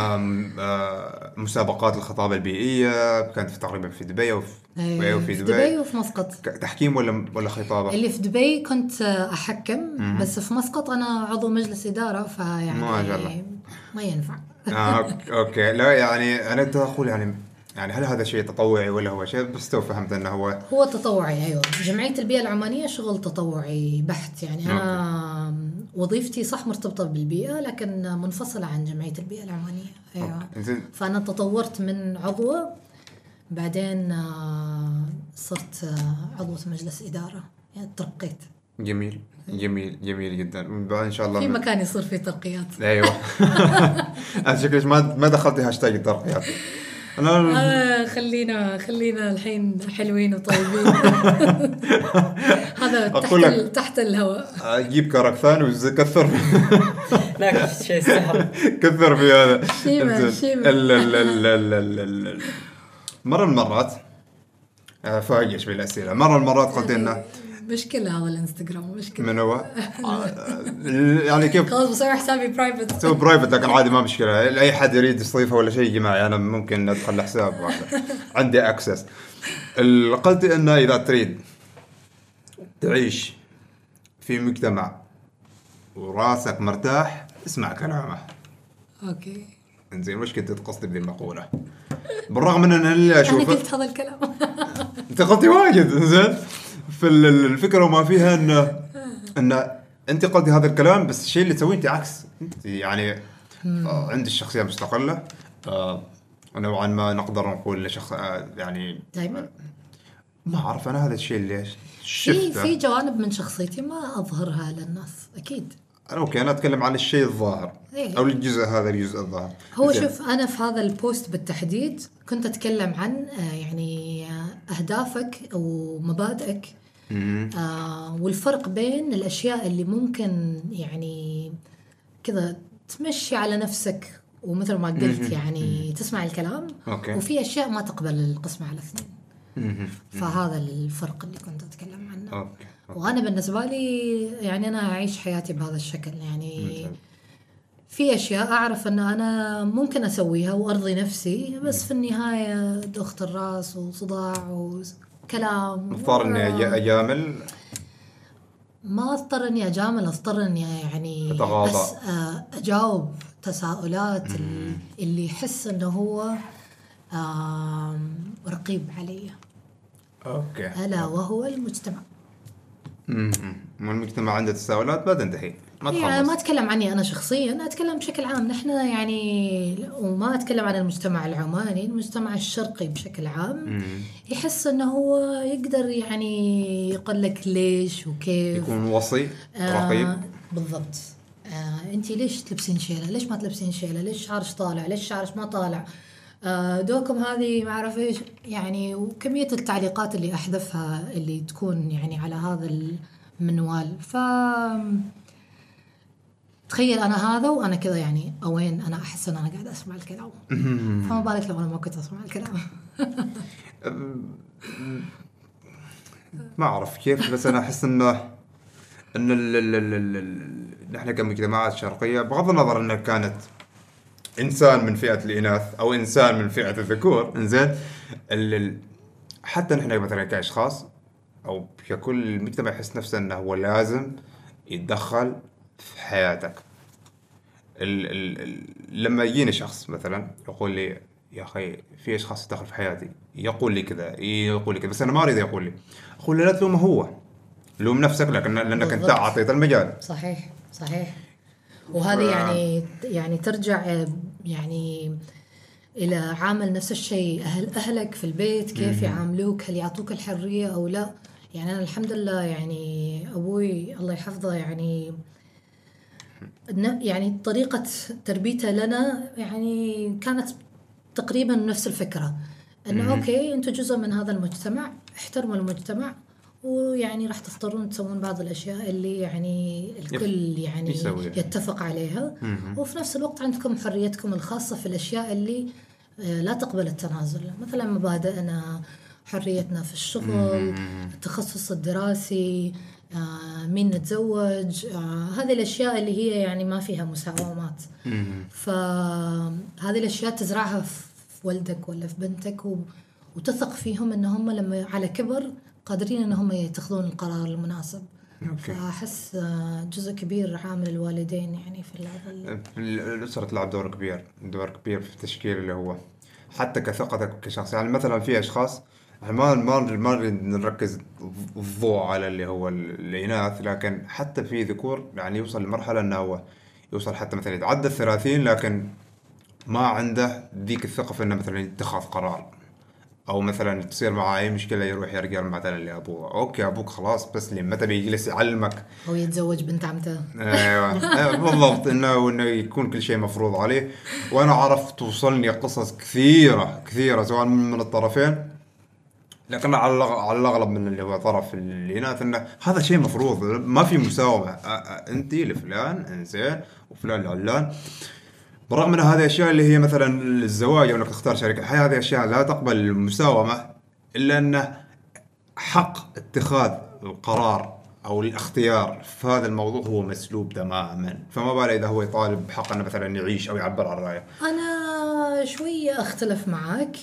مسابقات الخطابة البيئية كانت في تقريبا في دبي وفي أيه وفي دبي, دبي وفي مسقط. تحكيم ولا ولا خطابة؟ اللي في دبي كنت أحكم. مم. بس في مسقط أنا عضو مجلس إدارة، فيعني ما شاء الله ما ينفع. آه أوكي. لا يعني أنا أقول يعني يعني هل هذا شيء تطوعي ولا هو شيء؟ بس تو فهمت أنه هو هو تطوعي. أيوة جمعية البيئة العمانية شغل تطوعي بحت يعني. أنا أوكي. وظيفتي صح مرتبطة بالبيئة لكن منفصلة عن جمعية البيئة العمانية. أيوة. فأنا تطورت من عضوة، بعدين صرت عضوة مجلس إدارة، يعني ترقيت. جميل جميل جميل جدا. إن شاء الله في مكان يصير فيه ترقيات. أيوة. أنا شكلش ما ما دخلتي هاشتاج الترقيات. أنا آه خلينا خلينا الحين حلوين وطيبين. هذا تحت ال... تحت الهواء. أجيب كرك ثاني وكثر. لا شيء سهل. كثر في هذا. شيمة شيمة. ال ال ال ال ال ال مرة من المرات فاجئش بالأسئلة. مرة من المرات قلت لنا مشكلة هذا الانستغرام مشكلة. من هو؟ يعني كيف؟ خلاص بسوي حسابي برايفت. سوي برايفت لكن عادي ما مشكلة. أي حد يريد يصيفه ولا شيء جماعي أنا ممكن أدخل حساب عندي أكسس. قلت إنه إذا تريد تعيش في مجتمع وراسك مرتاح اسمع كلامه. أوكي. إنزين وش كنت تقصدي بذي المقولة؟ بالرغم من أن اللي أشوفه. أنا قلت هذا الكلام. أنت قلتي واجد إنزين. في الفكرة وما فيها إن إن أنت قلتي هذا الكلام بس الشيء اللي تسويه أنت عكس. أنت يعني آه عندي الشخصية مستقلة آه ونوعا ما نقدر نقول لشخص آه يعني دائما ما أعرف أنا هذا الشيء اللي في في جوانب من شخصيتي ما أظهرها للناس أكيد. أوكي أنا أتكلم عن الشيء الظاهر إيه؟ أو الجزء هذا الجزء الظاهر. هو شوف أنا في هذا البوست بالتحديد كنت أتكلم عن يعني أهدافك أو مبادئك آه والفرق بين الأشياء اللي ممكن يعني كذا تمشي على نفسك ومثل ما قلت يعني تسمع الكلام. أوكي. وفي أشياء ما تقبل القسم على اثنين. فهذا الفرق اللي كنت أتكلم عنه. أوكي. أوكي. وأنا بالنسبة لي يعني أنا أعيش حياتي بهذا الشكل يعني في أشياء أعرف أن أنا ممكن أسويها وأرضي نفسي بس في النهاية ضغط الرأس وصداع وكلام اضطر إني أجامل ما اضطر إني أجامل اضطر إني يعني أتغاضى أجاوب تساؤلات اللي يحس إنه هو رقيب علي. أوكي. ألا وهو المجتمع. امم والمجتمع عنده تساؤلات ما تنتهي ما تخلص. يعني ما أتكلم عني أنا شخصيا أتكلم بشكل عام. نحن يعني وما أتكلم عن المجتمع العماني المجتمع الشرقي بشكل عام. مم. يحس أنه هو يقدر يعني يقول لك ليش وكيف يكون وصي رقيب. آه بالضبط. آه أنتي ليش تلبسين شيلة ليش ما تلبسين شيلة ليش شعرش طالع ليش شعرش ما طالع آه، دوكم هذه ما أعرف إيش يعني، وكمية التعليقات اللي أحذفها اللي تكون يعني على هذا المنوال. ف تخيل أنا هذا وأنا كذا يعني أوين أنا أحس أن أنا قاعد أسمع الكلام. فما بالك لو أنا ما كنت أسمع الكلام. ما أعرف كيف، بس أنا أحس إنه إن ال ال ال ال نحن كمجتمعات شرقية بغض النظر إنها كانت إنسان من فئة الإناث أو إنسان من فئة الذكور، إنزين ال حتى نحن مثلا كأشخاص أو ككل مجتمع يحس نفسه إنه هو لازم يتدخل في حياتك. ال ال ال لما يجيني شخص مثلا يقول لي يا أخي في أشخاص يدخل في حياتي، يقول لي كذا يقول لي كذا، بس أنا ما أريد يقول لي، أقول له لا تلومه هو، لوم نفسك، لكن لأنك أنت أعطيت المجال. صحيح صحيح. وهذه ف... يعني يعني ترجع يعني إلى عامل نفس الشيء، أهل أهلك في البيت كيف يعاملوك، هل يعطوك الحرية أو لا. يعني أنا الحمد لله يعني أبوي الله يحفظه يعني يعني طريقة تربيته لنا يعني كانت تقريبا نفس الفكرة، إنه أوكي أنتوا جزء من هذا المجتمع، احترموا المجتمع، ويعني راح تضطرون تسوون بعض الأشياء اللي يعني الكل يعني يتفق عليها، وفي نفس الوقت عندكم حريتكم الخاصة في الأشياء اللي لا تقبل التنازل، مثلا مبادئنا، حريتنا في الشغل، التخصص الدراسي، آه، مين نتزوج، آه، هذه الأشياء اللي هي يعني ما فيها مساومات. فهذه الأشياء تزرعها في ولدك ولا في بنتك، وتثق فيهم إن هم لما على كبر قادرين إن هم يتخذون القرار المناسب. فأحس جزء كبير عامل الوالدين يعني في هذا الأسرة تلعب دور كبير، دور كبير في التشكيل اللي هو حتى كثقتك كشخص. يعني مثلا في أشخاص ما ما ما نركز الضوء على اللي هو الإناث، لكن حتى في ذكور يعني يوصل لمرحلة إنه هو يوصل حتى مثلا يتعدى الثلاثين لكن ما عنده ذيك الثقة في إنه مثلا يتخذ قرار، او مثلا تصير معاه اي مشكله يروح يرجع مثلا لابوه. اوكي ابوك خلاص، بس لما تبي يجلس يعلمك او يتزوج بنت عمته. ايوه بالضبط، انه انه يكون كل شيء مفروض عليه. وانا عرفت توصلني قصص كثيره كثيره سواء من الطرفين، لكن على على الاغلب من اللي هو طرف الاناث انه هذا شيء مفروض، ما في مساومه، انت لفلان انزين وفلان لعلان. بالرغم من هذه الأشياء اللي هي مثلا الزواج أو أنك تختار شريك الحياة، هذه أشياء لا تقبل المساومة، إلا أن حق اتخاذ القرار أو الاختيار في هذا الموضوع هو مسلوب تماما. فما بالك إذا هو يطالب بحق أنه مثلا يعيش أو يعبر عن رأيه. أنا شوية أختلف معك،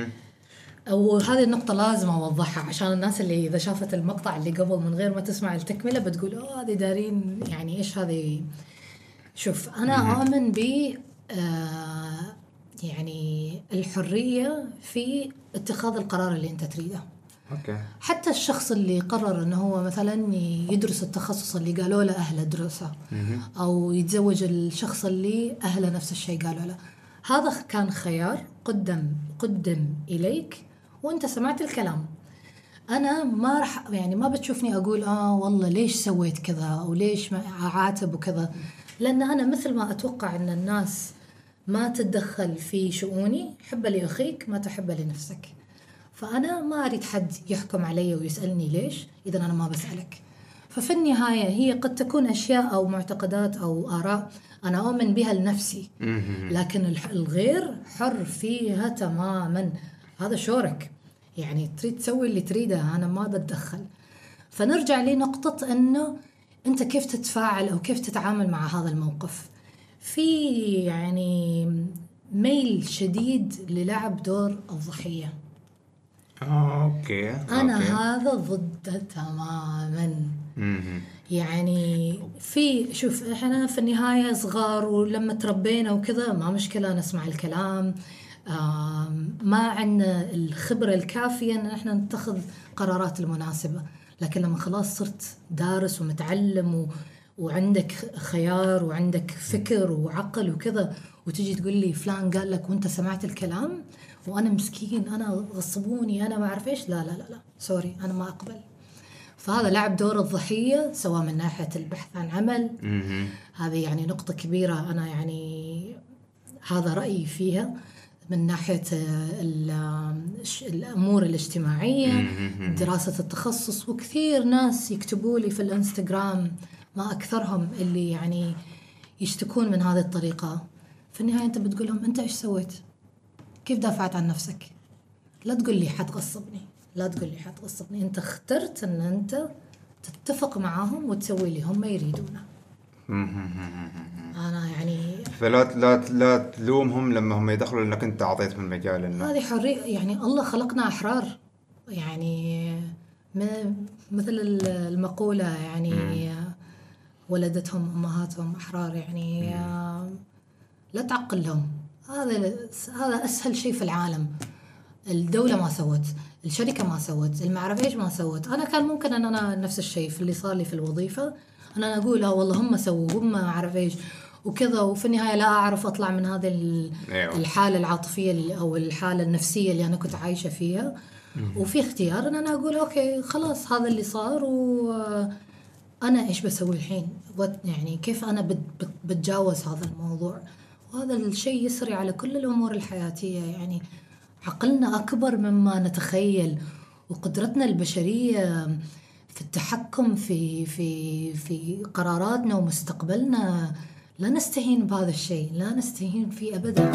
أو هذه النقطة لازم أوضحها عشان الناس اللي إذا شافت المقطع اللي قبل من غير ما تسمع التكملة بتقول أوه هذه دارين يعني إيش هذه. شوف أنا أؤمن ب آه يعني الحرية في اتخاذ القرار اللي أنت تريده. أوكي. حتى الشخص اللي قرر أنه هو مثلا يدرس التخصص اللي قالوا له أهله درسه، أو يتزوج الشخص اللي أهله نفس الشيء قالوا له، هذا كان خيار قدم قدم إليك وأنت سمعت الكلام. أنا ما رح يعني ما بتشوفني أقول آه والله ليش سويت كذا أو ليش ما أعاتب وكذا، لأن أنا مثل ما أتوقع أن الناس ما تتدخل في شؤوني، حب لأخيك ما تحب لنفسك. فأنا ما أريد حد يحكم علي ويسألني ليش إذا أنا ما بسألك. ففي النهاية هي قد تكون أشياء أو معتقدات أو آراء أنا أؤمن بها لنفسي، لكن الغير حر فيها تماما، هذا شورك يعني تريد تسوي اللي تريده، أنا ما بتدخل. فنرجع لنقطة أنه أنت كيف تتفاعل أو كيف تتعامل مع هذا الموقف. في يعني ميل شديد للعب دور الضحية. أوكي. أنا أوكي. هذا ضده تماما. يعني في شوف إحنا في النهاية صغار ولما تربينا وكذا ما مشكلة نسمع الكلام، ما عندنا الخبرة الكافية أن إحنا نتخذ قرارات المناسبة. لكن لما خلاص صرت دارس ومتعلم و... وعندك خيار وعندك فكر وعقل وكذا، وتجي تقول لي فلان قال لك وانت سمعت الكلام وانا مسكين انا غصبوني انا ما اعرف ايش، لا لا لا لا سوري انا ما اقبل. فهذا لعب دور الضحية سواء من ناحية البحث عن عمل، هذه يعني نقطة كبيرة، انا يعني هذا رأيي فيها. من ناحية الأمور الاجتماعية، دراسة التخصص. وكثير ناس يكتبوا لي في الانستغرام ما أكثرهم اللي يعني يشتكون من هذه الطريقة. في النهاية أنت بتقولهم أنت إيش سويت؟ كيف دافعت عن نفسك؟ لا تقول لي حتغصبني، لا تقول لي حتغصبني. أنت اخترت أن أنت تتفق معهم وتسوي اللي هم يريدونه. أنا يعني فلا لا لا تلومهم لما هم يدخلوا لأنك أنت عطيتهم المجال. إنه هذه حرية، يعني الله خلقنا أحرار، يعني مثل المقولة يعني مم. ولدتهم أمهاتهم أحرار، يعني مم. لا تعقل لهم. هذا هذا أسهل شيء في العالم. الدولة ما سوت، الشركة ما سوت، المعرفة إيش ما سوت. أنا كان ممكن أن أنا نفس الشيء في اللي صار لي في الوظيفة، أنا أقول لا والله هم سووا، هم عارف إيش وكذا، وفي النهاية لا أعرف أطلع من هذه الحالة العاطفية أو الحالة النفسية اللي أنا كنت عايشة فيها. وفي اختيار أن أنا أقول أوكي خلاص هذا اللي صار، وأنا إيش بسوي الحين، يعني كيف أنا بتجاوز هذا الموضوع. وهذا الشيء يسري على كل الأمور الحياتية. يعني عقلنا أكبر مما نتخيل، وقدرتنا البشرية في التحكم في في في قراراتنا ومستقبلنا لا نستهين بهذا الشيء، لا نستهين فيه أبدا.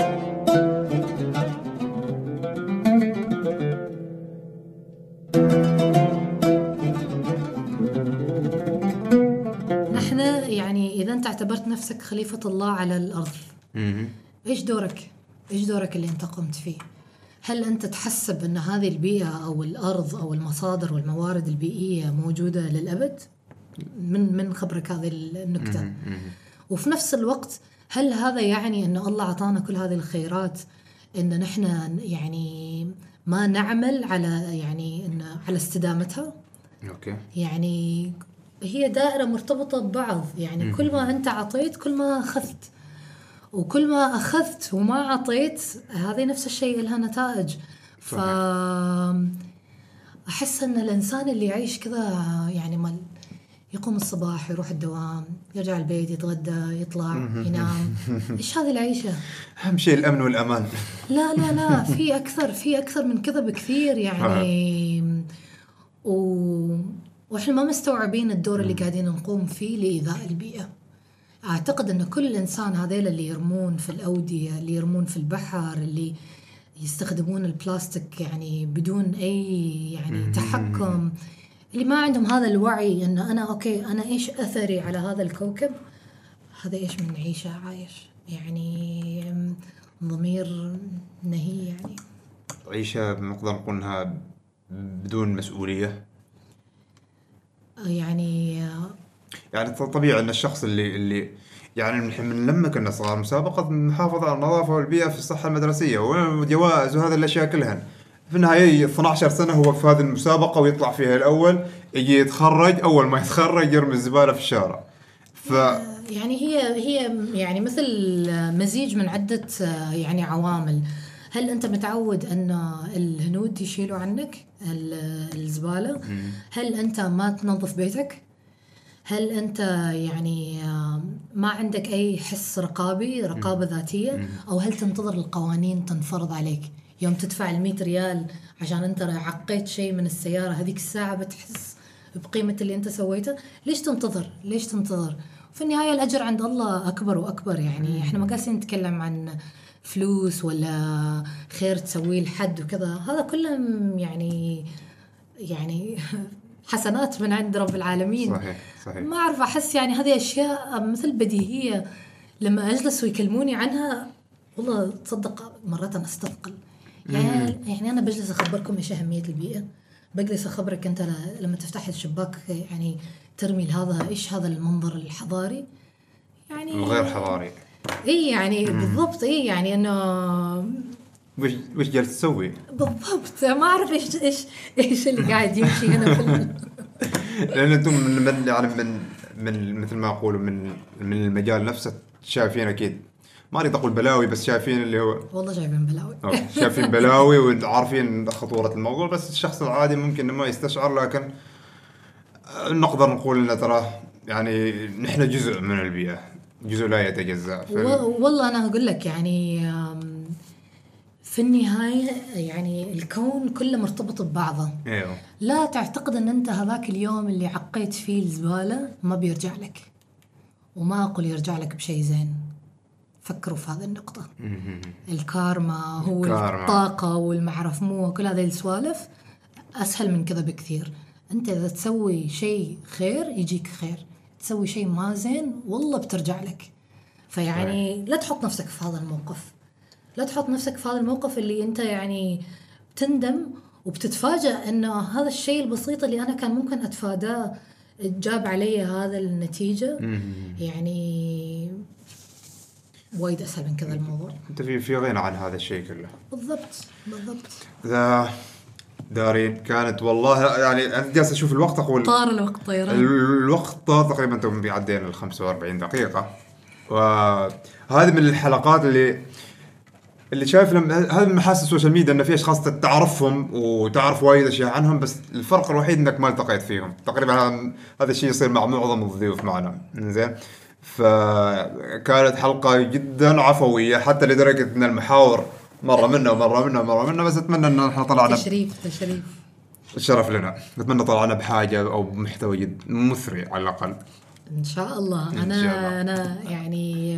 نحن يعني إذا أنت اعتبرت نفسك خليفة الله على الأرض، إيش دورك؟ إيش دورك اللي أنت قمت فيه؟ هل أنت تحسب أن هذه البيئة أو الأرض أو المصادر والموارد البيئية موجودة للأبد؟ من من خبرك هذه النكتة. وفي نفس الوقت هل هذا يعني أن الله عطانا كل هذه الخيرات إن نحن يعني ما نعمل على يعني إن على استدامتها؟ أوكي. يعني هي دائرة مرتبطة ببعض. يعني كل ما أنت عطيت كل ما أخذت، وكل ما أخذت وما عطيت هذه نفس الشيء لها نتائج. فأحس أن الإنسان اللي يعيش كذا يعني مال يقوم الصباح يروح الدوام يرجع البيت يتغدى يطلع ينام، إيش هذه العيشة؟ أهم شيء الأمن والأمان. لا لا لا في أكثر في أكثر من كذا بكثير يعني. و... وإحنا ما مستوعبين الدور اللي قاعدين نقوم فيه لإيذاء البيئة. أعتقد أن كل إنسان هذيل اللي يرمون في الأودية، اللي يرمون في البحر، اللي يستخدمون البلاستيك يعني بدون أي يعني تحكم، اللي ما عندهم هذا الوعي أن أنا أوكي أنا إيش أثري على هذا الكوكب، هذا إيش من عيشة عايش يعني ضمير نهي، يعني عيشة نقدر نقول إنها بدون مسؤولية. يعني يعني طبيعي أن الشخص اللي اللي يعني من من لما كنا صغار مسابقة محافظة على النظافة والبيئة في الصحة المدرسية وجوائز وهذا الأشياء كلها، في النهاية اثنتي عشرة سنة هو في هذه المسابقة ويطلع فيها الأول، يجي يتخرج أول ما يتخرج يرمي الزبالة في الشارع. ف يعني هي هي يعني مثل مزيج من عدة يعني عوامل. هل أنت متعود أن الهنود يشيلوا عنك الزبالة؟ هل أنت ما تنظف بيتك؟ هل أنت يعني ما عندك أي حس رقابي رقابة ذاتية؟ أو هل تنتظر القوانين تنفرض عليك؟ يوم تدفع المية ريال عشان أنت عقيت شيء من السيارة، هذيك الساعة بتحس بقيمة اللي أنت سويته؟ ليش تنتظر؟ ليش تنتظر؟ في النهاية الأجر عند الله أكبر وأكبر. يعني إحنا ما قاعدين نتكلم عن فلوس ولا خير تسويه لحد وكذا، هذا كله يعني يعني حسنات من عند رب العالمين. صحيح صحيح. ما أعرف، أحس يعني هذه أشياء مثل بديهية لما أجلس ويكلموني عنها والله تصدق مرات أنا أستثقل. يعني يعني أنا بجلس أخبركم إيش أهمية البيئة، بجلس أخبرك أنت لما تفتح الشباك يعني ترمي لهذا إيش هذا المنظر الحضاري يعني الغير حضاري. إيه يعني مم. بالضبط. إيه يعني إنه وش وش جالس تسوي بالضبط؟ ما أعرف إيش إيش إيش اللي قاعد يمشي هنا في لأن أنتم من من يعني من من مثل ما أقولوا من من المجال نفسه شايفين أكيد، ما أريد أقول بلاوي بس شايفين اللي هو والله شايفين بلاوي شايفين بلاوي وعارفين خطورة الموضوع، بس الشخص العادي ممكن ما يستشعر. لكن نقدر نقول إن ترى يعني نحن جزء من البيئة، جزء لا يتجزأ. والله أنا أقول لك يعني في النهاية يعني الكون كله مرتبط ببعضه. ايوه. لا تعتقد ان انت هذاك اليوم اللي عقيت فيه الزبالة ما بيرجع لك، وما اقول يرجع لك بشيء زين. فكروا في هذه النقطة. الكارما هو الكارما. الطاقة والمعرف مو وكل هذه السوالف اسهل من كذا بكثير. انت اذا تسوي شيء خير يجيك خير، تسوي شيء ما زين والله بترجع لك. فيعني لا تحط نفسك في هذا الموقف، لا تحط نفسك في هذا الموقف اللي انت يعني بتندم وبتتفاجأ انه هذا الشيء البسيط اللي انا كان ممكن اتفاداه جاب علي هذا النتيجة. يعني وايد اسهل من كذا الموضوع. انت في في غنى عن هذا الشيء كله. بالضبط بالضبط. ذا دارين كانت والله يعني انا جالس اشوف الوقت اقول طار الوقت طيران. الوقت طار تقريبا توم بيعدين ال خمسة وأربعين دقيقة. وهذه من الحلقات اللي اللي شايف لما هذا من محاسن السوشيال ميديا ان في اشخاص تعرفهم وتعرف وايد اشياء عنهم، بس الفرق الوحيد انك ما التقيت فيهم. تقريبا هذا الشيء يصير مع معظم الضيوف معنا. زين. فكانت حلقة جدا عفوية حتى لدرجة ان المحاور مرة منا ومرة منا ومرة منا، بس اتمنى ان احنا طلعنا تشريف تشريف الشرف لنا. اتمنى طلعنا بحاجة او بمحتوى جد مثري على الاقل ان شاء الله. انا إن شاء الله. انا يعني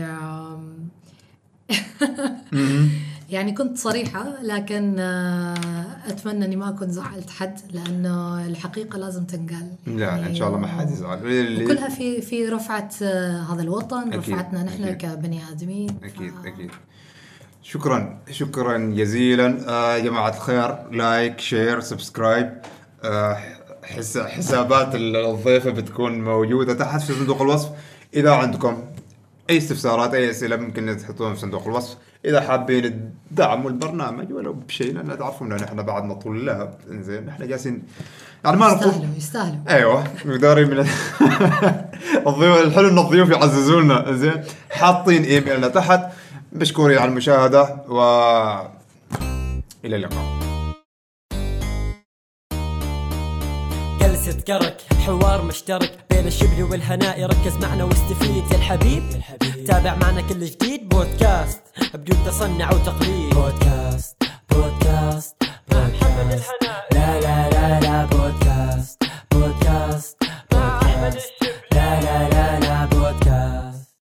يعني كنت صريحة، لكن أتمنى أني ما أكون زعلت حد، لأنه الحقيقة لازم تنقال. لا يعني إن شاء الله ما حد يزعل. وكلها في في رفعة هذا الوطن، أكيد. رفعتنا نحن أكيد. كبني آدمين. أكيد ف... أكيد. شكرا شكرا جزيلا آه جماعة الخير. لايك شير سبسكرايب. آه حس حسابات الضيفة بتكون موجودة تحت في صندوق الوصف. إذا عندكم أي استفسارات أي أسئلة ممكن تحطوهم في صندوق الوصف. إذا حابين تدعموا البرنامج ولو بشيء، لأن تعرفون إن إحنا بعد نطول اللهب. إنزين إحنا جالسين يعني ما نقول يستاهلوا يستاهلوا. أيوة مقدارين من الضيوف. الحلو إن الضيوف يعززونا. إنزين حاطين إيميلنا تحت. مشكورين على المشاهدة وإلى اللقاء. جلسة كرك حوار مشترك بين الشبل والهناء، ركز معنا واستفيد يا الحبيب. تابع معنا كل جديد بودكاست بدون تصنع وتقليد. بودكاست بودكاست بودكاست